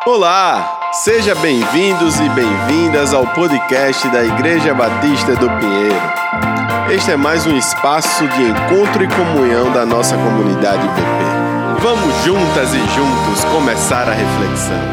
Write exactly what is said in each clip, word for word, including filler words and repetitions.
Olá, sejam bem-vindos e bem-vindas ao podcast da Igreja Batista do Pinheiro. Este é mais um espaço de encontro e comunhão da nossa comunidade I B P. Vamos juntas e juntos começar a reflexão.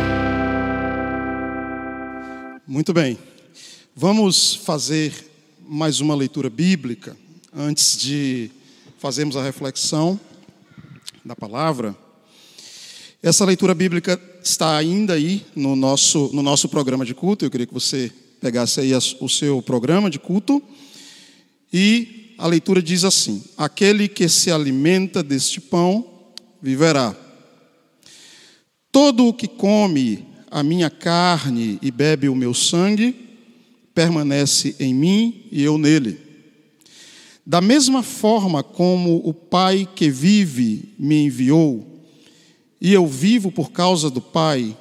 Muito bem, vamos fazer mais uma leitura bíblica antes de fazermos a reflexão da palavra. Essa leitura bíblica está ainda aí no nosso, no nosso programa de culto. Eu queria que você pegasse aí o seu programa de culto. E a leitura diz assim: aquele que se alimenta deste pão viverá. Todo o que come a minha carne e bebe o meu sangue permanece em mim e eu nele. Da mesma forma como o Pai que vive me enviou, e eu vivo por causa do Pai,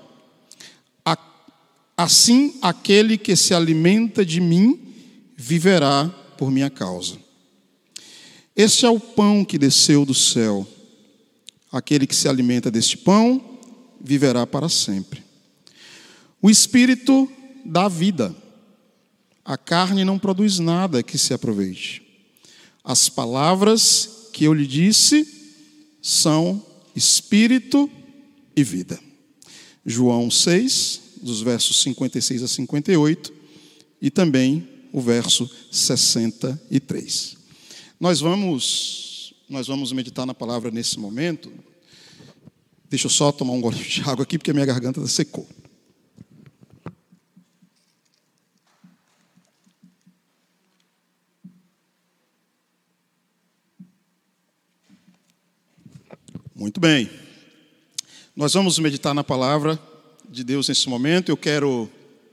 assim aquele que se alimenta de mim viverá por minha causa. Este é o pão que desceu do céu. Aquele que se alimenta deste pão viverá para sempre. O Espírito dá vida. A carne não produz nada que se aproveite. As palavras que eu lhe disse são Espírito e vida. João seis, dos versos cinquenta e seis a cinquenta e oito, e também o verso sessenta e três. Nós vamos, nós vamos meditar na palavra nesse momento. Deixa eu só tomar um gole de água aqui, porque a minha garganta secou. Muito bem, nós vamos meditar na palavra de Deus nesse momento. Eu quero,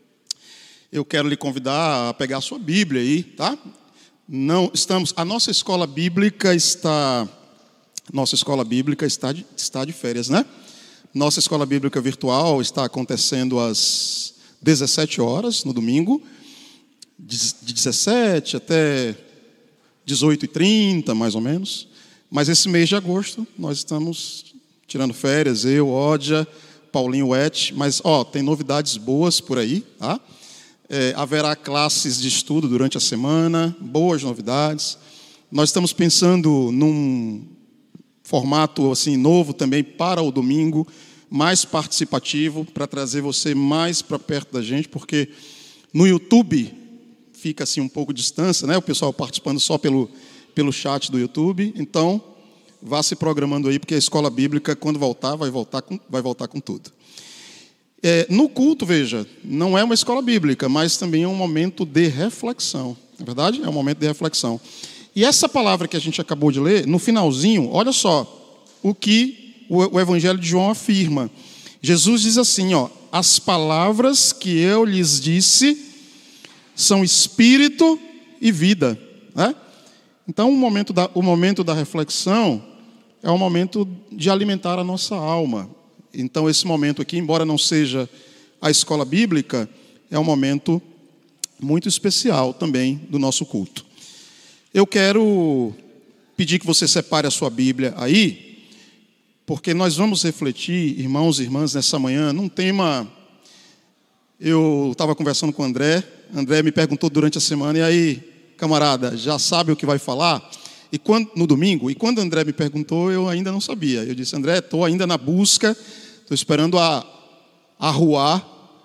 eu quero lhe convidar a pegar a sua Bíblia aí, tá? Não estamos, a nossa escola bíblica está, nossa escola bíblica está de, está de férias, né? Nossa escola bíblica virtual está acontecendo às dezessete horas no domingo, de, de dezessete até dezoito e trinta, mais ou menos. Mas esse mês de agosto, nós estamos tirando férias, eu, Ódia, Paulinho Wet, mas, ó, tem novidades boas por aí, tá? É, haverá classes de estudo durante a semana, boas novidades. Nós estamos pensando num formato, assim, novo também para o domingo, mais participativo, para trazer você mais para perto da gente, porque no YouTube fica, assim, um pouco de distância, né? O pessoal participando só pelo... pelo chat do YouTube. Então, vá se programando aí, porque a escola bíblica, quando voltar, vai voltar com, vai voltar com tudo. É, no culto, veja, não é uma escola bíblica, mas também é um momento de reflexão. Não é verdade? É um momento de reflexão. E essa palavra que a gente acabou de ler, no finalzinho, olha só o que o, o Evangelho de João afirma. Jesus diz assim, ó: as palavras que eu lhes disse são espírito e vida, né? Então, o momento, da, o momento da reflexão é o momento de alimentar a nossa alma. Então, esse momento aqui, embora não seja a escola bíblica, é um momento muito especial também do nosso culto. Eu quero pedir que você separe a sua Bíblia aí, porque nós vamos refletir, irmãos e irmãs, nessa manhã, num tema... Eu estava conversando com o André, André me perguntou durante a semana, e aí... camarada, já sabe o que vai falar? E quando, no domingo, e quando André me perguntou, eu ainda não sabia. Eu disse: André, estou ainda na busca, estou esperando a, a Ruá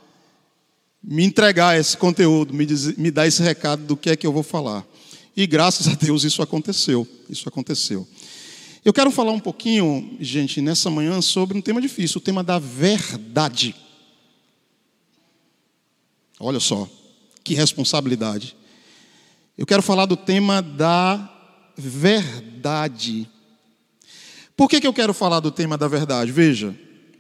me entregar esse conteúdo, me, diz, me dar esse recado do que é que eu vou falar. E graças a Deus isso aconteceu, isso aconteceu. Eu quero falar um pouquinho, gente, nessa manhã, sobre um tema difícil, o tema da verdade. Olha só, que responsabilidade. Eu quero falar do tema da verdade. Por que que eu quero falar do tema da verdade? Veja,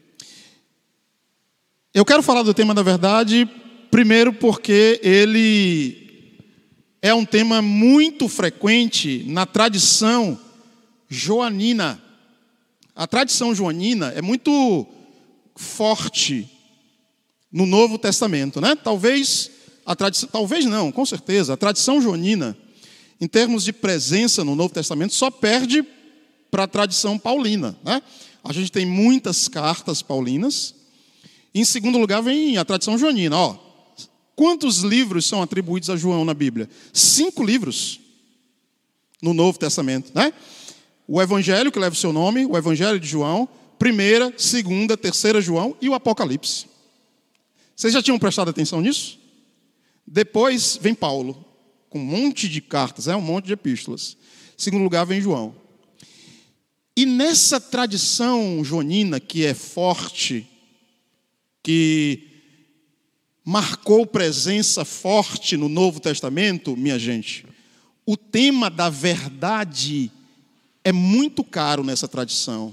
eu quero falar do tema da verdade, primeiro porque ele é um tema muito frequente na tradição joanina. A tradição joanina é muito forte no Novo Testamento, né? Talvez... A tradição, talvez não, com certeza, a tradição joanina, em termos de presença no Novo Testamento, só perde para a tradição paulina, né? A gente tem muitas cartas paulinas, Em segundo lugar vem a tradição joanina. Ó, quantos livros são atribuídos a João na Bíblia? Cinco livros no Novo Testamento, né? O Evangelho, que leva o seu nome, o Evangelho de João, primeira, segunda, terceira João e o Apocalipse. Vocês já tinham prestado atenção nisso? Depois vem Paulo, com um monte de cartas, é um monte de epístolas. Em segundo lugar vem João. E nessa tradição joanina que é forte, que marcou presença forte no Novo Testamento, minha gente, o tema da verdade é muito caro nessa tradição.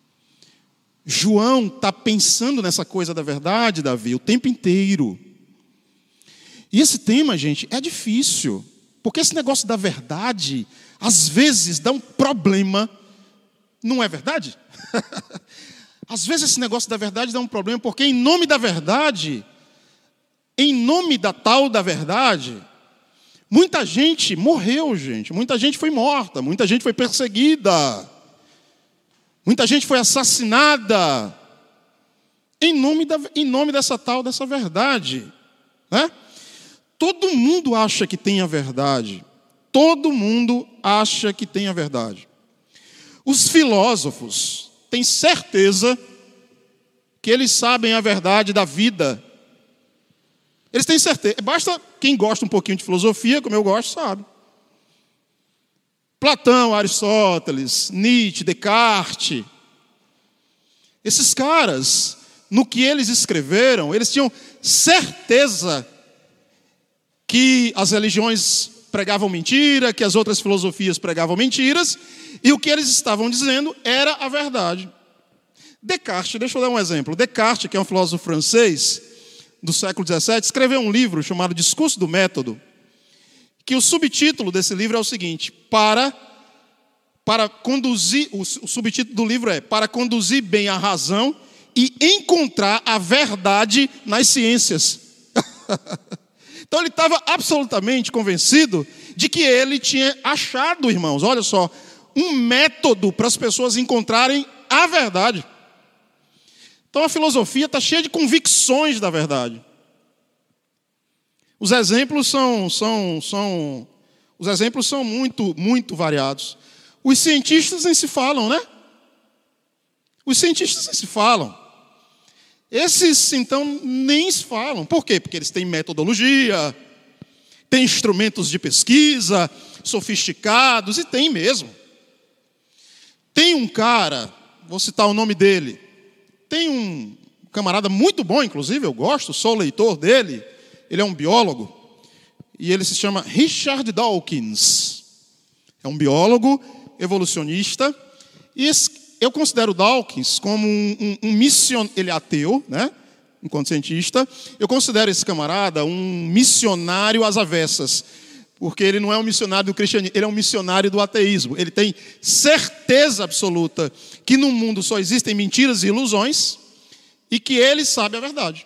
João está pensando nessa coisa da verdade, Davi, o tempo inteiro. E esse tema, gente, é difícil, porque esse negócio da verdade, às vezes, dá um problema. Não é verdade? Às vezes esse negócio da verdade dá um problema, porque em nome da verdade, em nome da tal da verdade, muita gente morreu, gente. Muita gente foi morta, muita gente foi perseguida, muita gente foi assassinada, em nome, da, em nome dessa tal, dessa verdade, né? Todo mundo acha que tem a verdade. Todo mundo acha que tem a verdade. Os filósofos têm certeza que eles sabem a verdade da vida. Eles têm certeza. Basta quem gosta um pouquinho de filosofia, como eu gosto, sabe. Platão, Aristóteles, Nietzsche, Descartes. Esses caras, no que eles escreveram, eles tinham certeza que as religiões pregavam mentira, que as outras filosofias pregavam mentiras, e o que eles estavam dizendo era a verdade. Descartes, deixa eu dar um exemplo. Descartes, que é um filósofo francês do século dezessete, escreveu um livro chamado Discurso do Método, que o subtítulo desse livro é o seguinte: para, para conduzir, o, o subtítulo do livro é Para conduzir bem a razão e encontrar a verdade nas ciências. Então ele estava absolutamente convencido de que ele tinha achado, irmãos, olha só, um método para as pessoas encontrarem a verdade. Então a filosofia está cheia de convicções da verdade. Os exemplos são, são, são, os exemplos são muito, muito variados. Os cientistas nem se falam, né? Os cientistas nem se falam. Esses, então, nem se falam. Por quê? Porque eles têm metodologia, têm instrumentos de pesquisa sofisticados, e tem mesmo. Tem um cara, vou citar o nome dele, tem um camarada muito bom, inclusive, eu gosto, sou leitor dele, ele é um biólogo, e ele se chama Richard Dawkins. É um biólogo evolucionista, e esse eu considero Dawkins como um, um, um missionário, ele é ateu, né? Enquanto cientista. Eu considero esse camarada um missionário às avessas, porque ele não é um missionário do cristianismo, ele é um missionário do ateísmo. Ele tem certeza absoluta que no mundo só existem mentiras e ilusões e que ele sabe a verdade.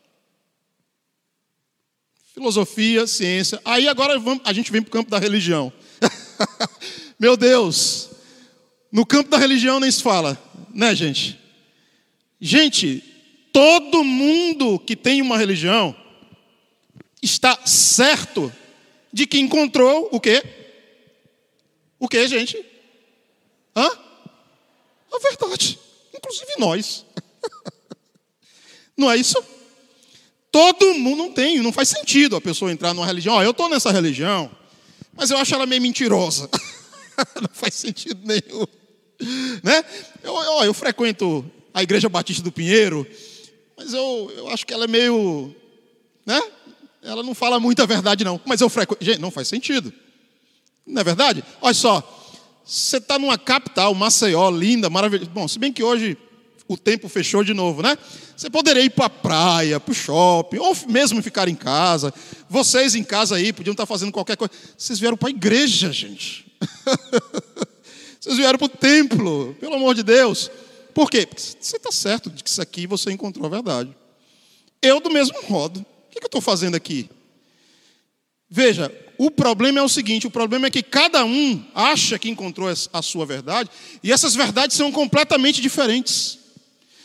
Filosofia, ciência. Aí agora vamos, a gente vem para o campo da religião. Meu Deus! No campo da religião nem se fala, né, gente? Gente, todo mundo que tem uma religião está certo de que encontrou o quê? O quê, gente? Hã? A verdade. Inclusive nós. Não é isso? Todo mundo não tem, não faz sentido a pessoa entrar numa religião. Ó, eu estou nessa religião, mas eu acho ela meio mentirosa. Não faz sentido nenhum. Né? Eu, eu, eu frequento a Igreja Batista do Pinheiro, mas eu, eu acho que ela é meio, né? Ela não fala muita verdade não, mas eu frequento. Gente, não faz sentido, não é verdade? Olha só, você está numa capital, Maceió, linda, maravilhosa. Bom, se bem que hoje o tempo fechou de novo, né? Você poderia ir para a praia, para o shopping, ou mesmo ficar em casa. Vocês em casa aí podiam estar fazendo qualquer coisa. Vocês vieram para a igreja, gente. Vocês vieram para o templo, pelo amor de Deus. Por quê? Porque você está certo de que isso aqui você encontrou a verdade. Eu, do mesmo modo. O que eu estou fazendo aqui? Veja, o problema é o seguinte, o problema é que cada um acha que encontrou a sua verdade, e essas verdades são completamente diferentes.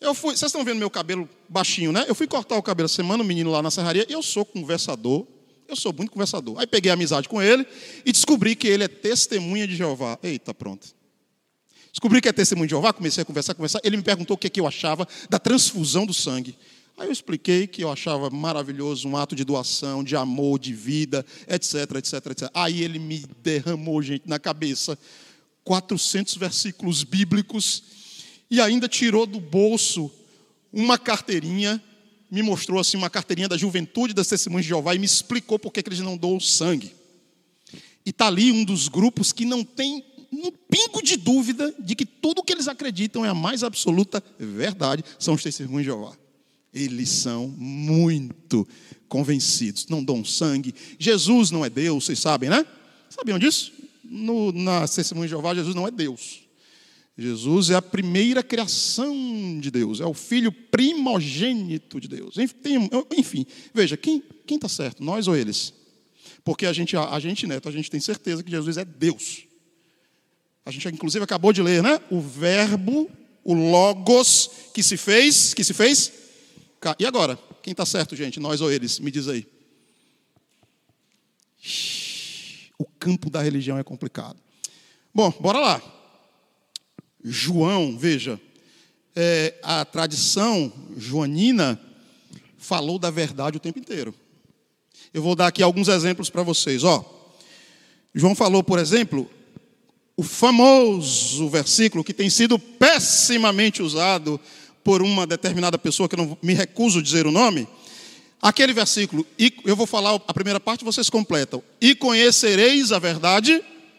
Eu fui, vocês estão vendo meu cabelo baixinho, né? Eu fui cortar o cabelo essa semana, um menino lá na serraria, e eu sou conversador, eu sou muito conversador. Aí peguei amizade com ele e descobri que ele é testemunha de Jeová. Eita, pronto. Descobri que é testemunha de Jeová, comecei a conversar, conversar. Ele me perguntou o que, é que eu achava da transfusão do sangue. Aí eu expliquei que eu achava maravilhoso, um ato de doação, de amor, de vida, etc, etc, etcétera. Aí ele me derramou, gente, na cabeça quatrocentos versículos bíblicos e ainda tirou do bolso uma carteirinha, me mostrou assim uma carteirinha da juventude das testemunhas de Jeová e me explicou por que eles não doam sangue. E está ali um dos grupos que não tem um pingo de dúvida de que tudo que eles acreditam é a mais absoluta verdade, são os testemunhas de Jeová. Eles são muito convencidos, não dão sangue. Jesus não é Deus, vocês sabem, né? Sabiam disso? No, na testemunha de Jeová, Jesus não é Deus. Jesus é a primeira criação de Deus, é o filho primogênito de Deus. Enfim, enfim veja, quem está certo, nós ou eles? Porque a gente, a, a gente, Neto, a gente tem certeza que Jesus é Deus. A gente, inclusive, acabou de ler, né? O verbo, o logos, que se fez, que se fez... E agora? Quem está certo, gente? Nós ou eles? Me diz aí. O campo da religião é complicado. Bom, bora lá. João, veja, é, a tradição joanina falou da verdade o tempo inteiro. Eu vou dar aqui alguns exemplos para vocês. Ó, João falou, por exemplo, o famoso versículo que tem sido pessimamente usado por uma determinada pessoa, que eu não me recuso a dizer o nome, aquele versículo, e eu vou falar a primeira parte, vocês completam. E conhecereis a verdade.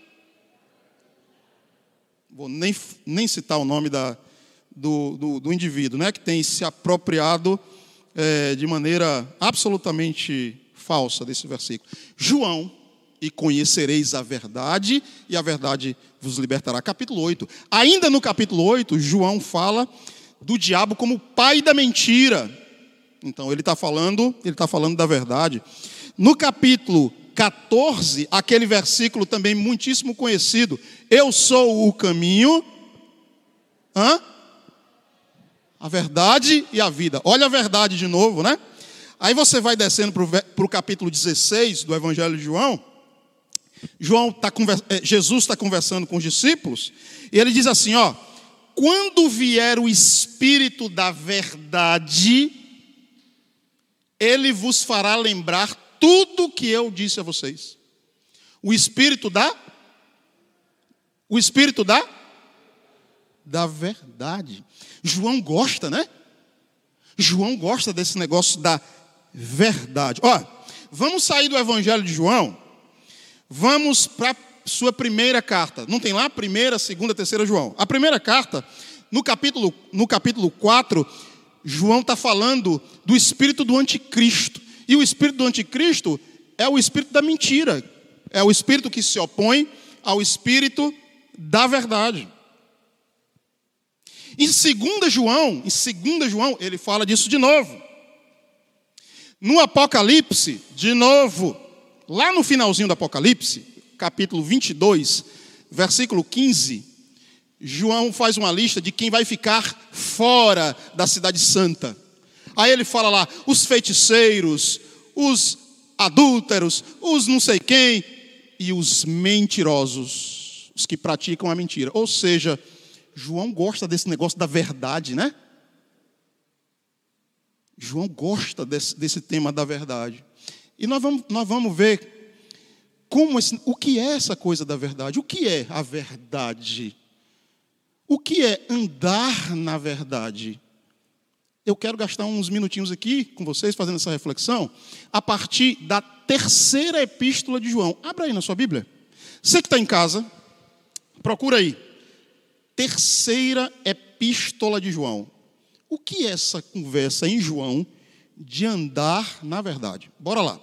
Vou nem, nem citar o nome da, do, do, do indivíduo, né, que tem se apropriado é, de maneira absolutamente falsa desse versículo. João, e conhecereis a verdade, e a verdade vos libertará. Capítulo oito. Ainda no capítulo oito, João fala do diabo como pai da mentira. Então ele está falando, ele está falando da verdade. No capítulo catorze, aquele versículo também muitíssimo conhecido, eu sou o caminho, hã? A verdade e a vida. Olha a verdade de novo, né? Aí você vai descendo para o capítulo dezesseis do Evangelho de João. João tá, Jesus está conversando com os discípulos e ele diz assim, ó: quando vier o Espírito da verdade, ele vos fará lembrar tudo o que eu disse a vocês. O Espírito da O Espírito da da verdade. João gosta, né? João gosta desse negócio da verdade. Ó, vamos sair do Evangelho de João. Vamos para sua primeira carta. Não tem lá? Primeira, segunda, terceira João. A primeira carta, no capítulo, no capítulo quatro, João está falando do espírito do anticristo. E o espírito do anticristo é o espírito da mentira. É o espírito que se opõe ao espírito da verdade. Em segunda João, em segunda João, ele fala disso de novo. No Apocalipse, de novo, lá no finalzinho do Apocalipse, capítulo vinte e dois, versículo quinze, João faz uma lista de quem vai ficar fora da cidade santa. Aí ele fala lá, os feiticeiros, os adúlteros, os não sei quem, e os mentirosos, os que praticam a mentira. Ou seja, João gosta desse negócio da verdade, né? João gosta desse, desse tema da verdade. E nós vamos, nós vamos ver como esse, o que é essa coisa da verdade. O que é a verdade? O que é andar na verdade? Eu quero gastar uns minutinhos aqui com vocês fazendo essa reflexão a partir da terceira epístola de João. Abra aí na sua Bíblia. Você que está em casa, procura aí. Terceira epístola de João. O que é essa conversa em João de andar na verdade? Bora lá.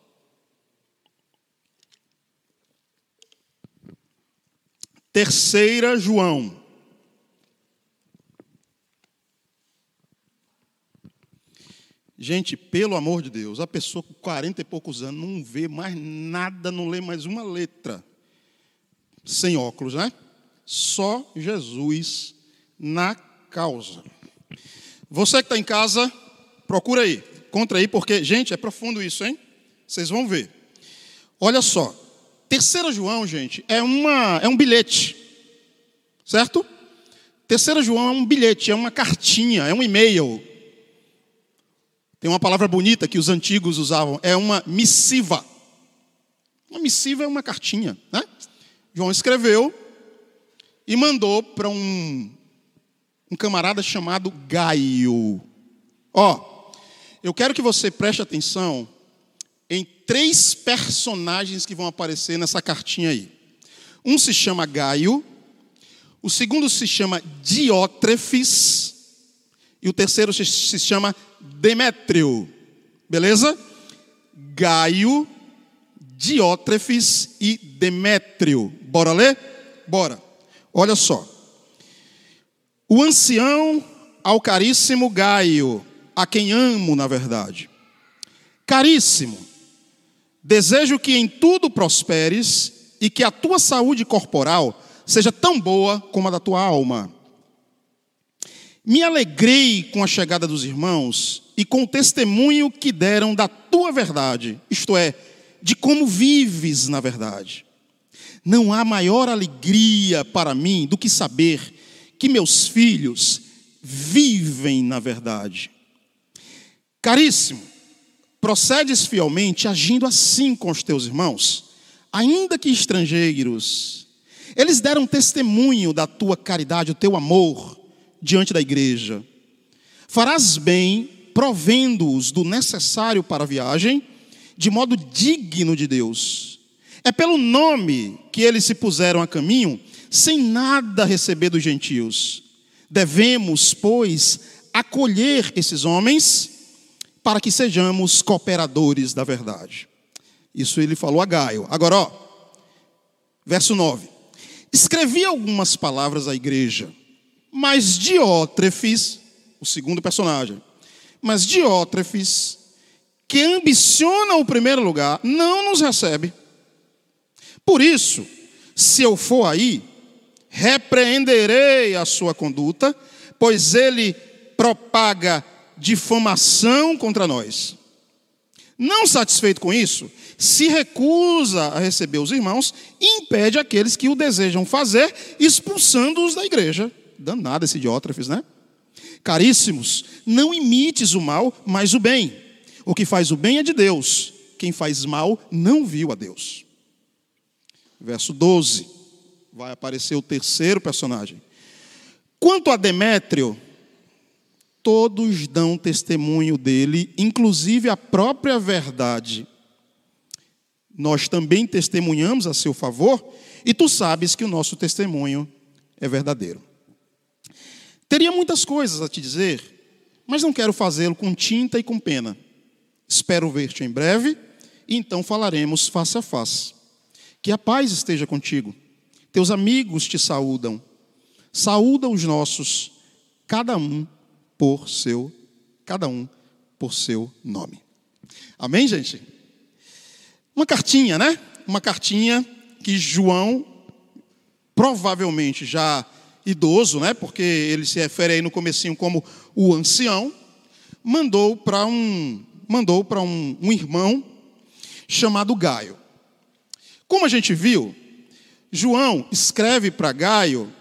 Terceira João. Gente, pelo amor de Deus, a pessoa com quarenta e poucos anos não vê mais nada, não lê mais uma letra. Sem óculos, né? Só Jesus na causa. Você que está em casa, procura aí, encontra aí, porque, gente, é profundo isso, hein? Vocês vão ver. Olha só, terceira João, gente, é, uma, é um bilhete, certo? terceira João é um bilhete, é uma cartinha, é um e-mail. Tem uma palavra bonita que os antigos usavam, é uma missiva. Uma missiva é uma cartinha, né? João escreveu e mandou para um, um camarada chamado Gaio. Ó, eu quero que você preste atenção em três personagens que vão aparecer nessa cartinha aí. Um se chama Gaio, o segundo se chama Diótrefes e o terceiro se, se chama Demétrio. Beleza? Gaio, Diótrefes e Demétrio. Bora ler? Bora. Olha só. O ancião ao caríssimo Gaio, a quem amo na verdade. Caríssimo, desejo que em tudo prosperes e que a tua saúde corporal seja tão boa como a da tua alma. Me alegrei com a chegada dos irmãos e com o testemunho que deram da tua verdade, isto é, de como vives na verdade. Não há maior alegria para mim do que saber que meus filhos vivem na verdade. Caríssimo, procedes fielmente agindo assim com os teus irmãos, ainda que estrangeiros. Eles deram testemunho da tua caridade, o teu amor diante da igreja. Farás bem, provendo-os do necessário para a viagem, de modo digno de Deus. É pelo nome que eles se puseram a caminho, sem nada receber dos gentios. Devemos, pois, acolher esses homens, para que sejamos cooperadores da verdade. Isso ele falou a Gaio. Agora, ó, verso nove. Escrevi algumas palavras à igreja, mas Diótrefes, o segundo personagem, mas Diótrefes, que ambiciona o primeiro lugar, não nos recebe. Por isso, se eu for aí, repreenderei a sua conduta, pois ele propaga difamação contra nós. Não satisfeito com isso, se recusa a receber os irmãos e impede aqueles que o desejam fazer, expulsando-os da igreja. Danado esse Diótrefes, né? Caríssimos, não imites o mal, mas o bem. O que faz o bem é de Deus. Quem faz mal não viu a Deus. Verso doze. Vai aparecer o terceiro personagem. Quanto a Demétrio, todos dão testemunho dele, inclusive a própria verdade. Nós também testemunhamos a seu favor, e tu sabes que o nosso testemunho é verdadeiro. Teria muitas coisas a te dizer, mas não quero fazê-lo com tinta e com pena. Espero ver-te em breve, e então falaremos face a face. Que a paz esteja contigo. Teus amigos te saúdam. Saúda os nossos, cada um por seu, cada um por seu nome. Amém, gente? Uma cartinha, né? Uma cartinha que João, provavelmente já idoso, né? Porque ele se refere aí no comecinho como o ancião, mandou para um, mandou para um, um irmão chamado Gaio. Como a gente viu, João escreve para Gaio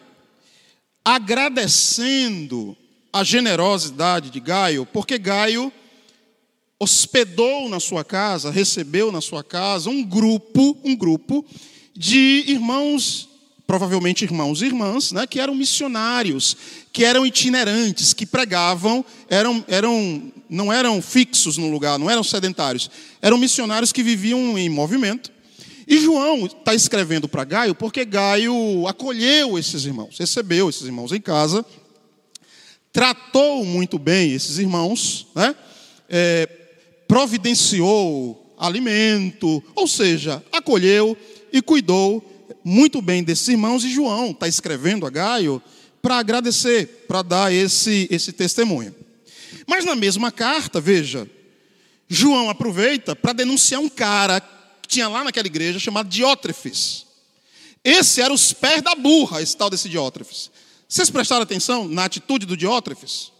agradecendo a generosidade de Gaio, porque Gaio hospedou na sua casa, recebeu na sua casa um grupo, um grupo de irmãos, provavelmente irmãos e irmãs, né, que eram missionários, que eram itinerantes, que pregavam, eram, eram, não eram fixos no lugar, não eram sedentários, eram missionários que viviam em movimento. E João está escrevendo para Gaio porque Gaio acolheu esses irmãos, recebeu esses irmãos em casa, tratou muito bem esses irmãos, né? É, providenciou alimento, ou seja, acolheu e cuidou muito bem desses irmãos. E João está escrevendo a Gaio para agradecer, para dar esse, esse testemunho. Mas na mesma carta, veja, João aproveita para denunciar um cara que tinha lá naquela igreja chamado Diótrefes. Esse era os pés da burra, esse tal desse Diótrefes. Vocês prestaram atenção na atitude do Diótrefes?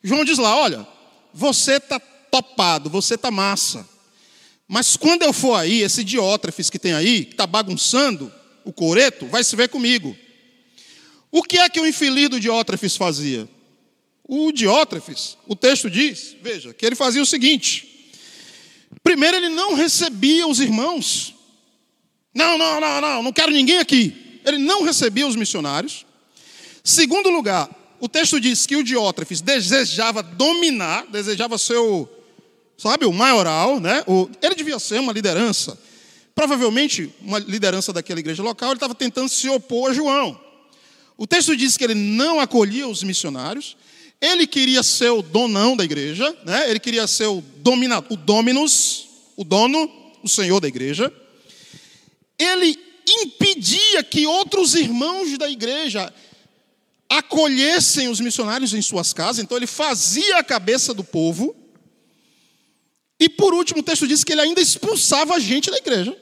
João diz lá, olha, você está topado, você está massa. Mas quando eu for aí, esse Diótrefes que tem aí, que está bagunçando o coreto, vai se ver comigo. O que é que o infeliz do Diótrefes fazia? O Diótrefes, o texto diz, veja, que ele fazia o seguinte. Primeiro, ele não recebia os irmãos. Não, não, não, não, não quero ninguém aqui. Ele não recebia os missionários. Segundo lugar, o texto diz que o Diótrefes desejava dominar, desejava ser o, sabe, o maioral, né? O, ele devia ser uma liderança. Provavelmente, uma liderança daquela igreja local, ele estava tentando se opor a João. O texto diz que ele não acolhia os missionários. Ele queria ser o donão da igreja, né? Ele queria ser o dominador, o dominus, o dono, o senhor da igreja. Ele impedia que outros irmãos da igreja acolhessem os missionários em suas casas. Então ele fazia a cabeça do povo. E por último, o texto diz que ele ainda expulsava a gente da igreja.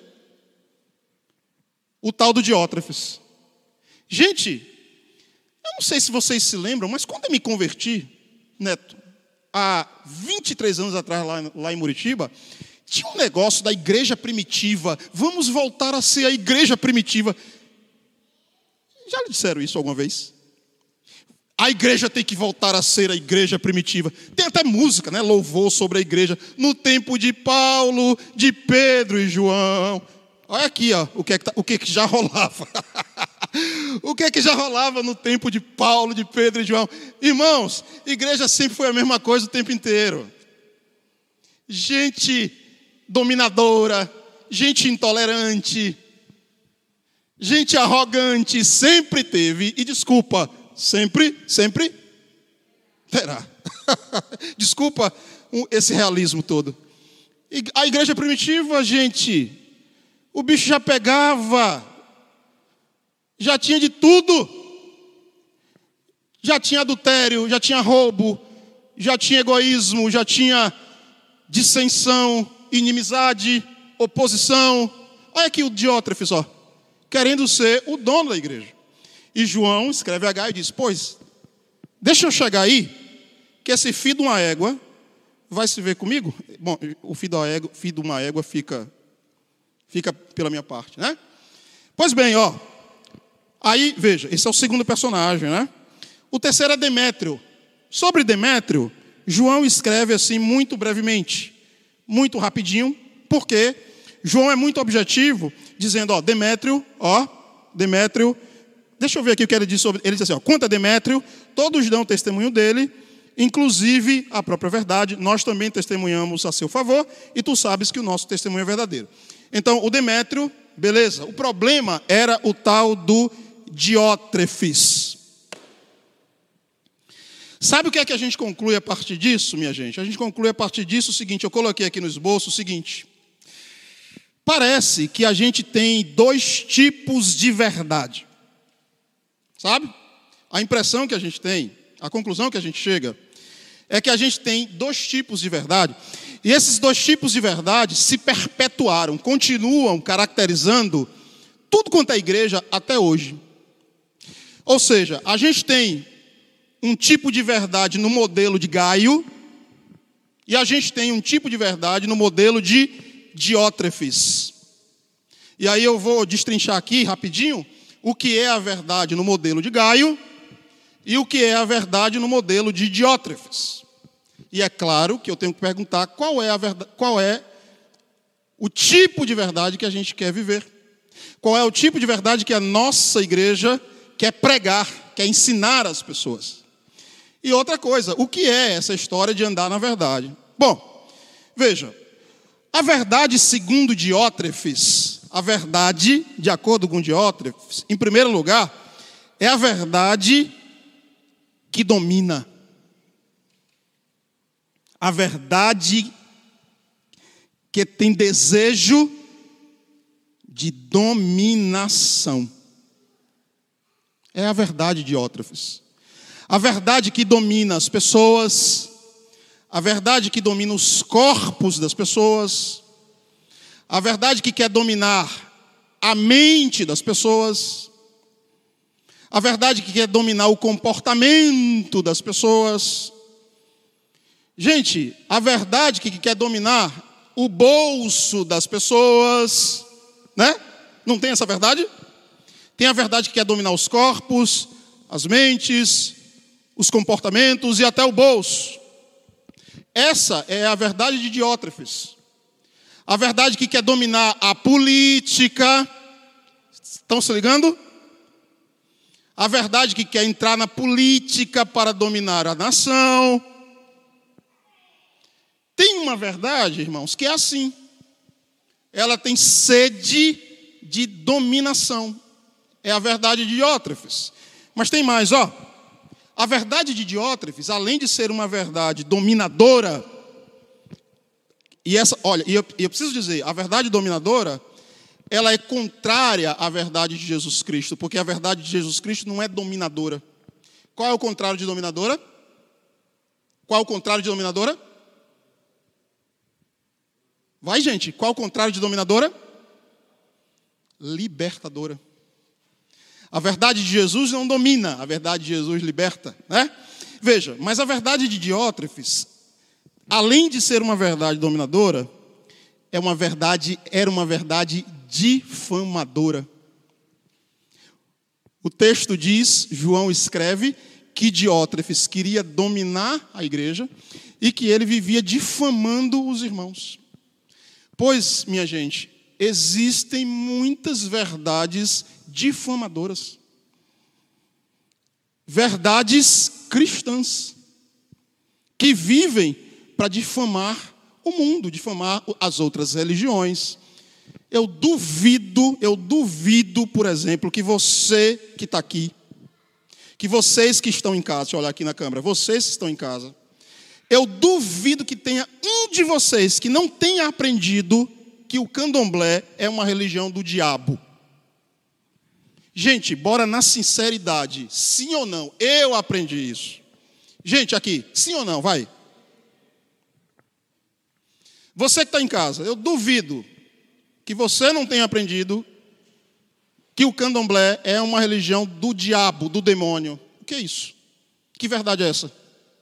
O tal do Diótrefes. Gente, eu não sei se vocês se lembram, mas quando eu me converti, Neto, há vinte e três anos atrás, lá, lá em Muritiba, tinha um negócio da igreja primitiva. Vamos voltar a ser a igreja primitiva. Já lhe disseram isso alguma vez? A igreja tem que voltar a ser a igreja primitiva. Tem até música, né? Louvor sobre a igreja. No tempo de Paulo, de Pedro e João. Olha aqui, ó, o que, é que, tá, o que, é que já rolava. O que é que já rolava no tempo de Paulo, de Pedro e João. Irmãos, igreja sempre foi a mesma coisa o tempo inteiro. Gente dominadora, gente intolerante, gente arrogante, sempre teve. E desculpa, sempre, sempre terá. Desculpa esse realismo todo. A igreja primitiva, gente, o bicho já pegava, já tinha de tudo. Já tinha adultério, já tinha roubo, já tinha egoísmo, já tinha dissensão, inimizade, oposição. Olha aqui o Diótrefes, ó, querendo ser o dono da igreja. E João escreve a Gaio e diz, pois, deixa eu chegar aí, que esse filho de uma égua vai se ver comigo. Bom, o filho de uma égua, filho de uma égua fica, fica pela minha parte, né? Pois bem, ó, aí, veja, esse é o segundo personagem, né? O terceiro é Demétrio. Sobre Demétrio, João escreve assim muito brevemente, muito rapidinho, porque João é muito objetivo, dizendo, ó, Demétrio, ó, Demétrio, deixa eu ver aqui o que ele diz sobre, ele diz assim, ó, quanto a Demétrio, todos dão testemunho dele, inclusive a própria verdade, nós também testemunhamos a seu favor, e tu sabes que o nosso testemunho é verdadeiro. Então, o Demétrio, beleza, o problema era o tal do Diótrefes. Sabe o que é que a gente conclui a partir disso, minha gente? A gente conclui a partir disso o seguinte, eu coloquei aqui no esboço o seguinte. Parece que a gente tem dois tipos de verdade. Sabe? A impressão que a gente tem, a conclusão que a gente chega, é que a gente tem dois tipos de verdade. E esses dois tipos de verdade se perpetuaram, continuam caracterizando tudo quanto é igreja até hoje. Ou seja, a gente tem um tipo de verdade no modelo de Gaio e a gente tem um tipo de verdade no modelo de Diótrefes. E aí eu vou destrinchar aqui rapidinho o que é a verdade no modelo de Gaio e o que é a verdade no modelo de Diótrefes. E é claro que eu tenho que perguntar qual é, a verdade, qual é o tipo de verdade que a gente quer viver. Qual é o tipo de verdade que a nossa igreja quer pregar, quer ensinar às pessoas. E outra coisa, o que é essa história de andar na verdade? Bom, veja, a verdade segundo Diótrefes, a verdade, de acordo com Diótrefes, em primeiro lugar, é a verdade que domina. A verdade que tem desejo de dominação. É a verdade de Diótrefes. A verdade que domina as pessoas, a verdade que domina os corpos das pessoas, a verdade que quer dominar a mente das pessoas, a verdade que quer dominar o comportamento das pessoas, Gente, a verdade que quer dominar o bolso das pessoas, né? Não tem essa verdade? Tem a verdade que quer dominar os corpos, as mentes, os comportamentos e até o bolso. Essa é a verdade de Diótrefes. A verdade que quer dominar a política. Estão se ligando? A verdade que quer entrar na política para dominar a nação. Tem uma verdade, irmãos, que é assim. Ela tem sede de dominação. É a verdade de Diótrefes. Mas tem mais, ó. A verdade de Diótrefes, além de ser uma verdade dominadora, e essa, olha, e eu, eu preciso dizer, a verdade dominadora, ela é contrária à verdade de Jesus Cristo, porque a verdade de Jesus Cristo não é dominadora. Qual é o contrário de dominadora? Qual é o contrário de dominadora? Vai, gente, qual é o contrário de dominadora? Libertadora. A verdade de Jesus não domina, a verdade de Jesus liberta, né? Veja, mas a verdade de Diótrefes, além de ser uma verdade dominadora, é uma verdade, era uma verdade difamadora. O texto diz, João escreve, que Diótrefes queria dominar a igreja e que ele vivia difamando os irmãos. Pois, minha gente, existem muitas verdades difamadoras. Verdades cristãs que vivem para difamar o mundo, difamar as outras religiões. Eu duvido, eu duvido, por exemplo, que você que está aqui, que vocês que estão em casa, deixa eu olhar aqui na câmera, vocês que estão em casa, eu duvido que tenha um de vocês que não tenha aprendido que o candomblé é uma religião do diabo. Gente, bora na sinceridade, sim ou não? Eu aprendi isso. Gente, aqui, sim ou não? Vai. Você que está em casa, eu duvido que você não tenha aprendido que o candomblé é uma religião do diabo, do demônio. O que é isso? Que verdade é essa?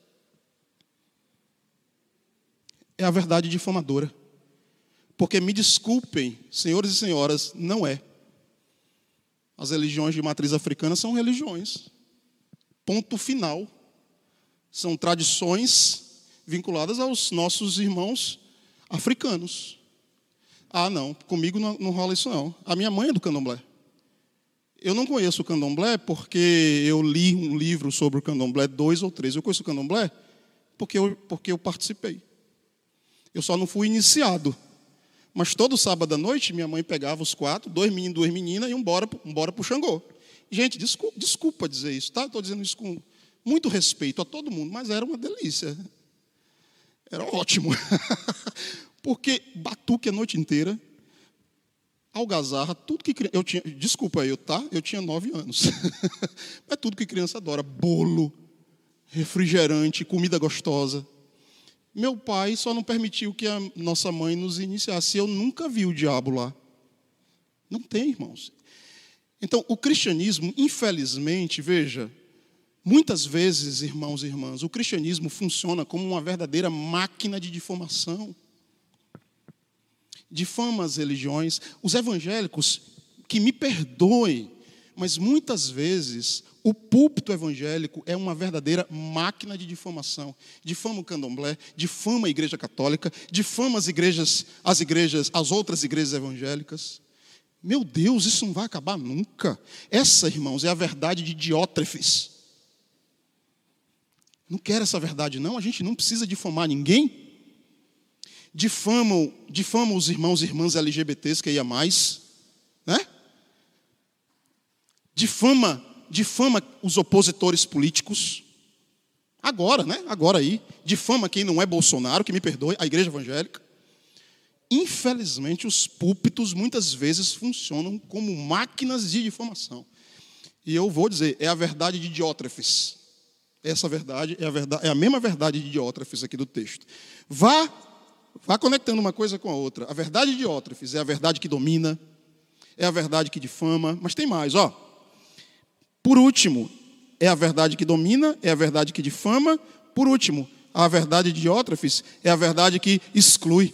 É a verdade difamadora. Porque me desculpem, senhores e senhoras, não é. As religiões de matriz africana são religiões. Ponto final. São tradições vinculadas aos nossos irmãos africanos. Ah, não, comigo não, não rola isso não. A minha mãe é do candomblé. Eu não conheço o candomblé porque eu li um livro sobre o candomblé, dois ou três. Eu conheço o candomblé porque eu, porque eu participei. Eu só não fui iniciado. Mas todo sábado à noite, minha mãe pegava os quatro, dois meninos, duas meninas, e um bora, um bora para o Xangô. Gente, desculpa, desculpa dizer isso, tá? Estou dizendo isso com muito respeito a todo mundo, mas era uma delícia. Era ótimo. Porque batuque a noite inteira, algazarra, tudo que criança... Eu tinha, desculpa eu, tá? Eu tinha nove anos. Mas tudo que criança adora. Bolo, refrigerante, comida gostosa. Meu pai só não permitiu que a nossa mãe nos iniciasse. Eu nunca vi o diabo lá. Não tem, irmãos. Então, o cristianismo, infelizmente, veja, muitas vezes, irmãos e irmãs, o cristianismo funciona como uma verdadeira máquina de difamação. Difama as religiões. Os evangélicos, que me perdoem, mas muitas vezes o púlpito evangélico é uma verdadeira máquina de difamação. Difama o candomblé, difama a igreja católica, difama as igrejas, as igrejas, as outras igrejas evangélicas. Meu Deus, isso não vai acabar nunca. Essa, irmãos, é a verdade de Diótrefes. Não quero essa verdade, não. A gente não precisa difamar ninguém. Difamam, difamam os irmãos e irmãs L G B Ts que ia mais, né? Difama, difama os opositores políticos. Agora, né? Agora aí. Difama quem não é Bolsonaro, que me perdoe, a igreja evangélica. Infelizmente, os púlpitos muitas vezes funcionam como máquinas de difamação. E eu vou dizer, é a verdade de Diótrefes. Essa verdade é a, verdade, é a mesma verdade de Diótrefes aqui do texto. Vá, vá conectando uma coisa com a outra. A verdade de Diótrefes é a verdade que domina, é a verdade que difama, mas tem mais, ó. Por último, é a verdade que domina, é a verdade que difama. Por último, A verdade de Diótrefes é a verdade que exclui.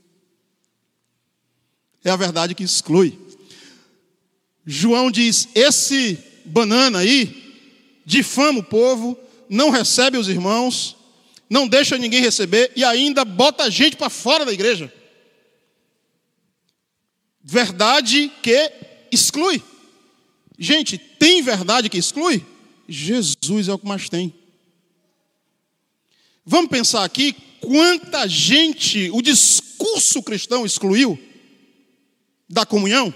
É a verdade que exclui. João diz, esse banana aí difama o povo, não recebe os irmãos, não deixa ninguém receber e ainda bota a gente para fora da igreja. Verdade que exclui. Gente, tem verdade que exclui? Jesus é o que mais tem. Vamos pensar aqui quanta gente o discurso cristão excluiu da comunhão?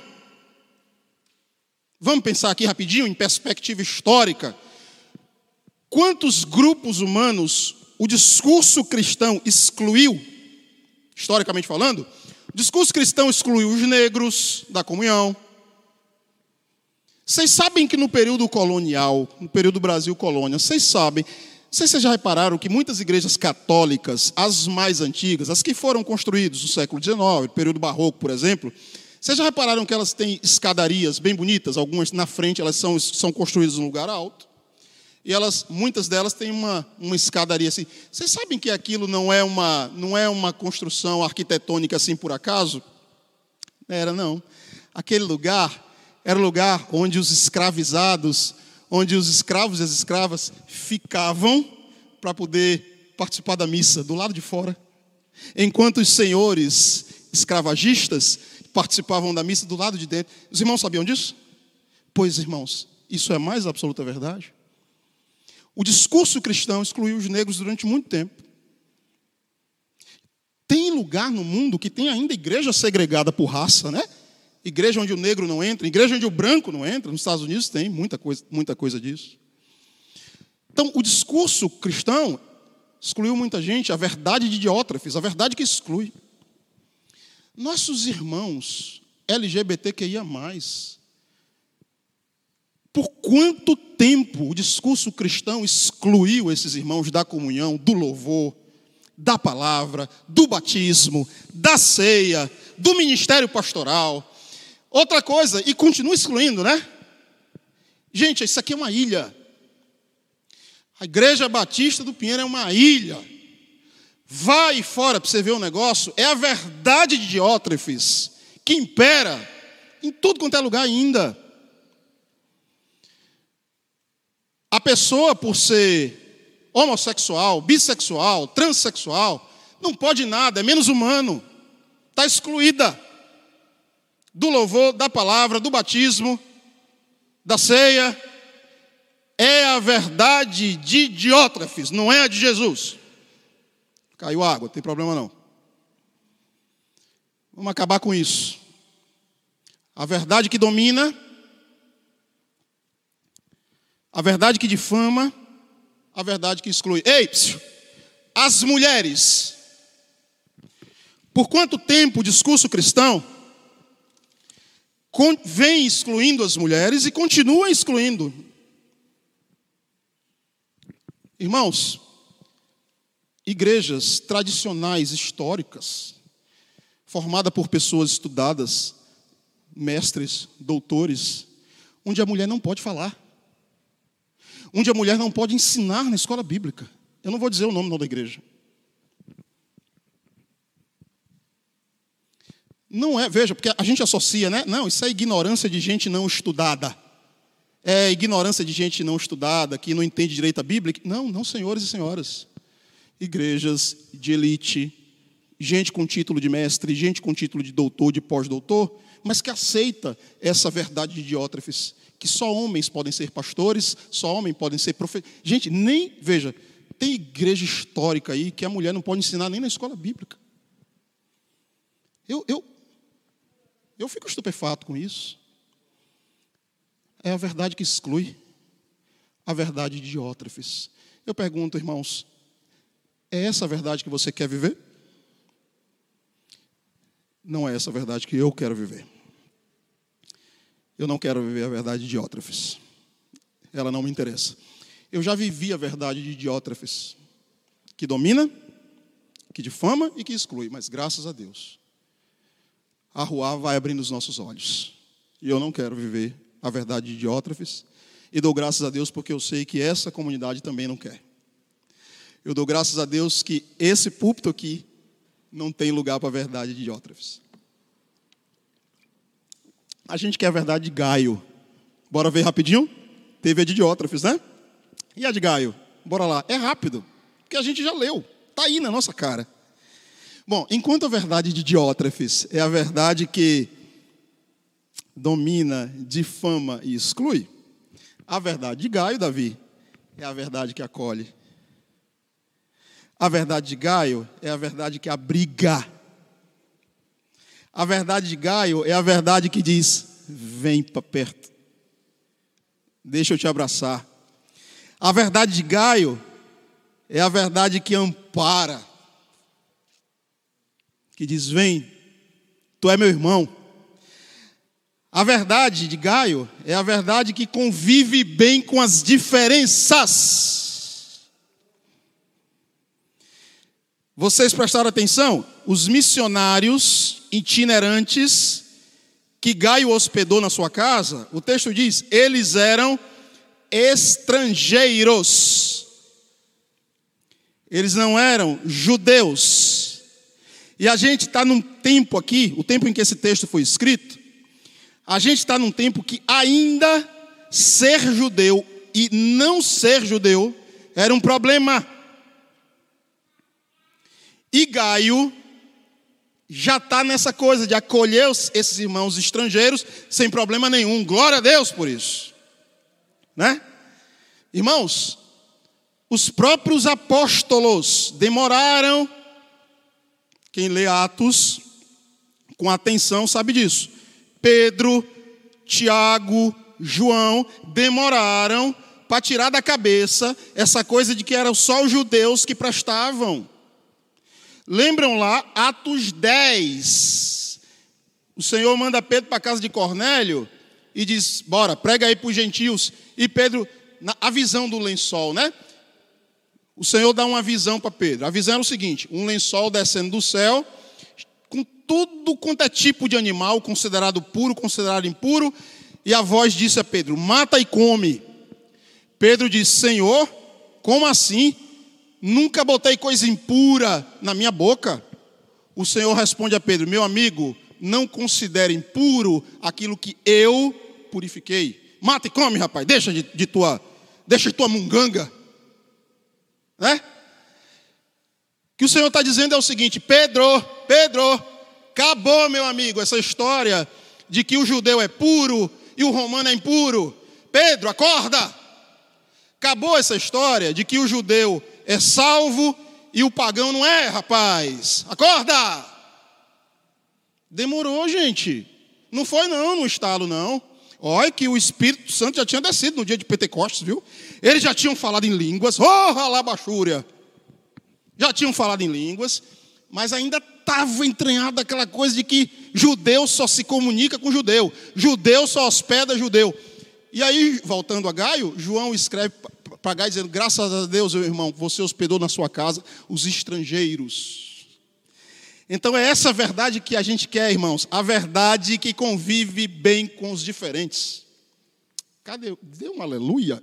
Vamos pensar aqui rapidinho, em perspectiva histórica. Quantos grupos humanos o discurso cristão excluiu, historicamente falando? O discurso cristão excluiu os negros da comunhão. Vocês sabem que no período colonial, no período Brasil colônia, vocês sabem, não sei se vocês já repararam que muitas igrejas católicas, as mais antigas, as que foram construídas no século dezenove, período barroco, por exemplo, vocês já repararam que elas têm escadarias bem bonitas, algumas na frente, elas são, são construídas num lugar alto, e elas, muitas delas têm uma, uma escadaria assim. Vocês sabem que aquilo não é uma, não é uma construção arquitetônica assim por acaso? Era não. Aquele lugar era o lugar onde os escravizados, onde os escravos e as escravas ficavam para poder participar da missa do lado de fora, enquanto os senhores escravagistas participavam da missa do lado de dentro. Os irmãos sabiam disso? Pois, irmãos, isso é mais absoluta verdade. O discurso cristão excluiu os negros durante muito tempo. Tem lugar no mundo que tem ainda igreja segregada por raça, né? Igreja onde o negro não entra, igreja onde o branco não entra. Nos Estados Unidos tem muita coisa, muita coisa disso. Então, o discurso cristão excluiu muita gente, a verdade de Diótrefes, a verdade que exclui. Nossos irmãos L G B T Q I A mais, por quanto tempo o discurso cristão excluiu esses irmãos da comunhão, do louvor, da palavra, do batismo, da ceia, do ministério pastoral? Outra coisa, e continua excluindo, né? Gente, isso aqui é uma ilha. A Igreja Batista do Pinheiro é uma ilha. Vai fora para você ver o negócio. É a verdade de Diótrefes que impera em tudo quanto é lugar ainda. A pessoa, por ser homossexual, bissexual, transexual, não pode nada, é menos humano. Está excluída do louvor, da palavra, do batismo, da ceia. É a verdade de Diótrefes, não é a de Jesus. Caiu água, não tem problema não. Vamos acabar com isso. A verdade que domina, a verdade que difama, a verdade que exclui. Ei, psiu, as mulheres. Por quanto tempo o discurso cristão vem excluindo as mulheres e continua excluindo? Irmãos, igrejas tradicionais, históricas, formadas por pessoas estudadas, mestres, doutores, onde a mulher não pode falar, onde a mulher não pode ensinar na escola bíblica. Eu não vou dizer o nome não da igreja. Não é, veja, porque a gente associa, né? Não, isso é ignorância de gente não estudada. É ignorância de gente não estudada, que não entende direito a Bíblia. Não, não, senhores e senhoras. Igrejas de elite, gente com título de mestre, gente com título de doutor, de pós-doutor, mas que aceita essa verdade de Diótrefes, que só homens podem ser pastores, só homens podem ser profetas. Gente, nem, veja, tem igreja histórica aí que a mulher não pode ensinar nem na escola bíblica. Eu, eu, eu fico estupefato com isso. É a verdade que exclui, a verdade de Diótrefes. Eu pergunto, irmãos, é essa a verdade que você quer viver? Não é essa a verdade que eu quero viver. Eu não quero viver a verdade de Diótrefes. Ela não me interessa. Eu já vivi a verdade de Diótrefes, que domina, que difama e que exclui. Mas graças a Deus, a Ruá vai abrindo os nossos olhos. E eu não quero viver a verdade de Diótrefes. E dou graças a Deus porque eu sei que essa comunidade também não quer. Eu dou graças a Deus que esse púlpito aqui não tem lugar para a verdade de Diótrefes. A gente quer a verdade de Gaio. Bora ver rapidinho? Teve a de Diótrefes, né? E a de Gaio? Bora lá. É rápido, porque a gente já leu. Está aí na nossa cara. Bom, enquanto a verdade de Diótrefes é a verdade que domina, difama e exclui, a verdade de Gaio, Davi, é a verdade que acolhe. A verdade de Gaio é a verdade que abriga. A verdade de Gaio é a verdade que diz: vem para perto, deixa eu te abraçar. A verdade de Gaio é a verdade que ampara, que diz: vem, tu é meu irmão. A verdade de Gaio é a verdade que convive bem com as diferenças. Vocês prestaram atenção? Os missionários itinerantes que Gaio hospedou na sua casa, o texto diz, eles eram estrangeiros. Eles não eram judeus. E a gente está num tempo aqui, o tempo em que esse texto foi escrito, a gente está num tempo que ainda ser judeu e não ser judeu era um problema. E Gaio já está nessa coisa de acolher esses irmãos estrangeiros sem problema nenhum. Glória a Deus por isso. Né? Irmãos, os próprios apóstolos demoraram, quem lê Atos com atenção sabe disso. Pedro, Tiago, João demoraram para tirar da cabeça essa coisa de que eram só os judeus que prestavam. Lembram lá, Atos dez. O Senhor manda Pedro para a casa de Cornélio e diz, bora, prega aí para os gentios. E Pedro, a visão do lençol, né? O Senhor dá uma visão para Pedro. A visão era o seguinte, um lençol descendo do céu, com tudo quanto é tipo de animal, considerado puro, considerado impuro. E a voz disse a Pedro, mata e come. Pedro disse, Senhor, como assim? Nunca botei coisa impura na minha boca. O Senhor responde a Pedro, meu amigo, não considere impuro aquilo que eu purifiquei. Mata e come, rapaz, deixa de, de tua, deixa de tua munganga. Né? Que o Senhor está dizendo é o seguinte, Pedro, Pedro, acabou, meu amigo, essa história de que o judeu é puro e o romano é impuro. Pedro, acorda! Acabou essa história de que o judeu é salvo e o pagão não é, rapaz. Acorda! Demorou, gente. Não foi não, no estalo não. Olha que o Espírito Santo já tinha descido no dia de Pentecostes, viu? Eles já tinham falado em línguas. Oh, alabachúria! Já tinham falado em línguas, mas ainda estava entranhada aquela coisa de que judeu só se comunica com judeu. Judeu só hospeda judeu. E aí, voltando a Gaio, João escreve para Gaio dizendo, graças a Deus, meu irmão, você hospedou na sua casa os estrangeiros. Então é essa verdade que a gente quer, irmãos. A verdade que convive bem com os diferentes. Cadê? Deu um aleluia?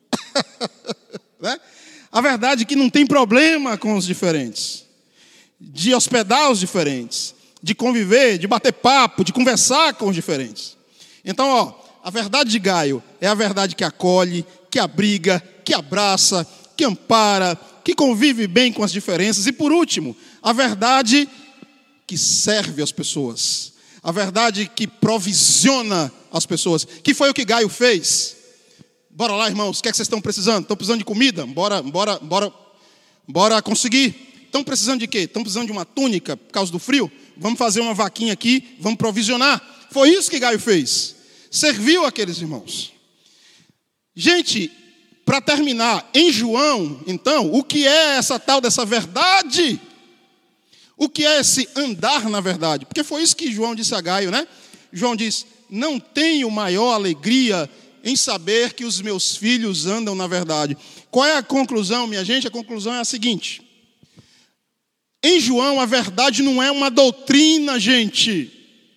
Né? A verdade que não tem problema com os diferentes. De hospedar os diferentes. De conviver, de bater papo, de conversar com os diferentes. Então, ó, a verdade de Gaio é a verdade que acolhe, que abriga, que abraça, que ampara, que convive bem com as diferenças. E por último, a verdade que serve as pessoas. A verdade que provisiona as pessoas. Que foi o que Gaio fez. Bora lá, irmãos, o que é que vocês estão precisando? Estão precisando de comida? Bora, bora, bora, bora conseguir. Estão precisando de quê? Estão precisando de uma túnica por causa do frio? Vamos fazer uma vaquinha aqui, vamos provisionar. Foi isso que Gaio fez. Serviu aqueles irmãos. Gente, para terminar, em João, então, o que é essa tal dessa verdade? O que é esse andar na verdade? Porque foi isso que João disse a Gaio, né? João diz, não tenho maior alegria em saber que os meus filhos andam na verdade. Qual é a conclusão, minha gente? A conclusão é a seguinte. Em João, a verdade não é uma doutrina, gente.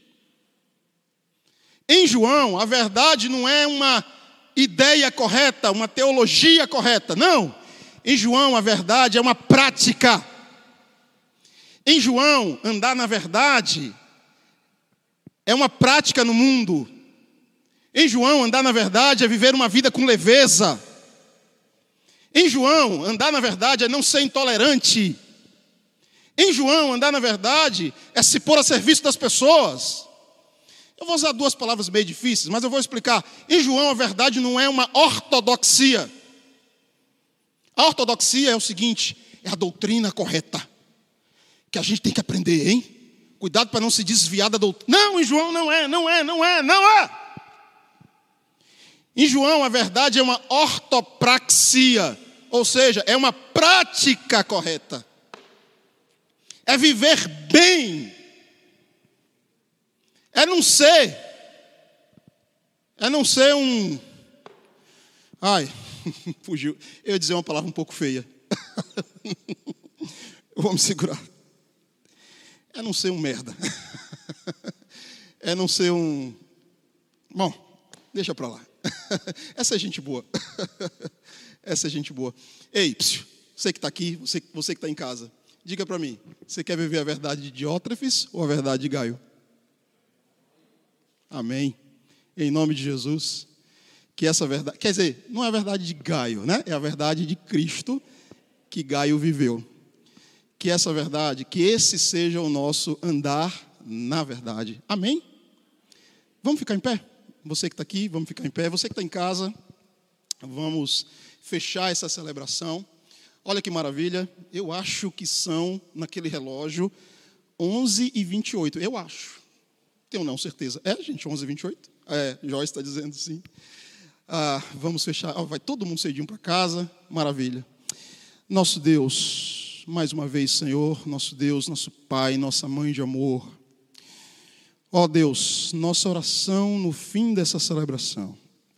Em João, a verdade não é uma ideia correta, uma teologia correta. Não. Em João, a verdade é uma prática. Em João, andar na verdade é uma prática no mundo. Em João, andar na verdade é viver uma vida com leveza. Em João, andar na verdade é não ser intolerante. Em João, andar na verdade é se pôr a serviço das pessoas. Eu vou usar duas palavras meio difíceis, mas eu vou explicar. Em João, a verdade não é uma ortodoxia. A ortodoxia é o seguinte: é a doutrina correta, que a gente tem que aprender, hein? Cuidado para não se desviar da doutrina. Não, em João não é, não é, não é, não é. Em João, a verdade é uma ortopraxia, ou seja, é uma prática correta. É viver bem. É não ser. É não ser um... Ai, fugiu. Eu ia dizer uma palavra um pouco feia. Eu vou me segurar. É não ser um merda. É não ser um... Bom, deixa pra lá. Essa é gente boa. Essa é gente boa. Ei, psiu, você que está aqui, você, você que está em casa, diga para mim, você quer viver a verdade de Diótrefes ou a verdade de Gaio? Amém. Em nome de Jesus. Que essa verdade, quer dizer, não é a verdade de Gaio, né? É a verdade de Cristo que Gaio viveu. Que essa verdade, que esse seja o nosso andar na verdade. Amém? Vamos ficar em pé? Você que está aqui, vamos ficar em pé. Você que está em casa, vamos fechar essa celebração. Olha que maravilha. Eu acho que são, naquele relógio, onze e vinte e oito. Eu acho. Tenho não certeza. É, gente, onze e vinte e oito? É, Joyce está dizendo sim. Ah, vamos fechar. Oh, vai todo mundo cedinho para casa. Maravilha. Nosso Deus, mais uma vez, Senhor, nosso Deus, nosso Pai, nossa Mãe de amor. Ó Deus, nossa oração no fim dessa celebração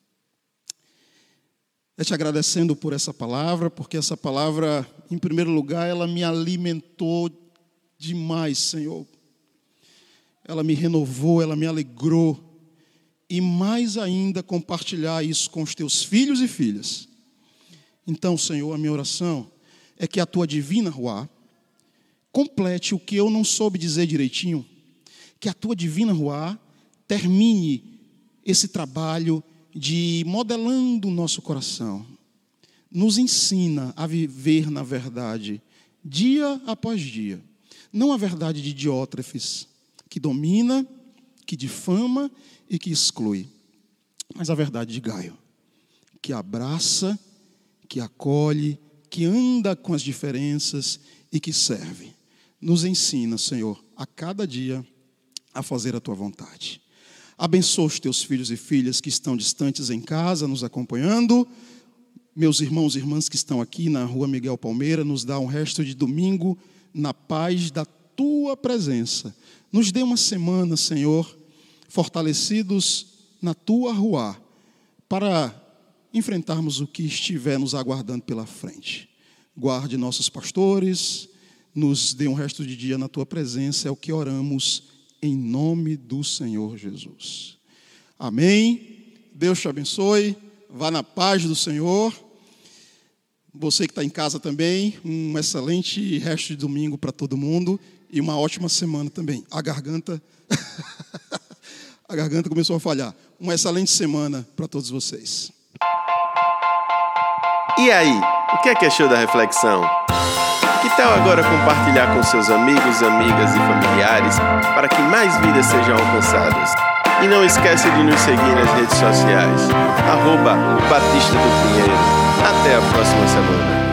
é te agradecendo por essa palavra, porque essa palavra, em primeiro lugar, ela me alimentou demais, Senhor. Ela me renovou, ela me alegrou. E mais ainda, compartilhar isso com os teus filhos e filhas. Então, Senhor, a minha oração é que a tua divina Ruá complete o que eu não soube dizer direitinho. Que a tua divina Ruá termine esse trabalho de modelando o nosso coração. Nos ensina a viver na verdade, dia após dia. Não a verdade de Diótrefes, que domina, que difama e que exclui. Mas a verdade de Gaio, que abraça, que acolhe, que anda com as diferenças e que serve. Nos ensina, Senhor, a cada dia a fazer a tua vontade. Abençoa os teus filhos e filhas que estão distantes em casa, nos acompanhando. Meus irmãos e irmãs que estão aqui na rua Miguel Palmeira, nos dá um resto de domingo na paz da tua presença. Nos dê uma semana, Senhor, fortalecidos na tua Ruá, para enfrentarmos o que estiver nos aguardando pela frente. Guarde nossos pastores, nos dê um resto de dia na tua presença, é o que oramos em nome do Senhor Jesus. Amém. Deus te abençoe. Vá na paz do Senhor. Você que está em casa também, um excelente resto de domingo para todo mundo e uma ótima semana também. A garganta, a garganta começou a falhar. Uma excelente semana para todos vocês. E aí, o que é que achou da reflexão? Que tal agora compartilhar com seus amigos, amigas e familiares para que mais vidas sejam alcançadas? E não esquece de nos seguir nas redes sociais, arroba Batista do Pinheiro. Até a próxima semana.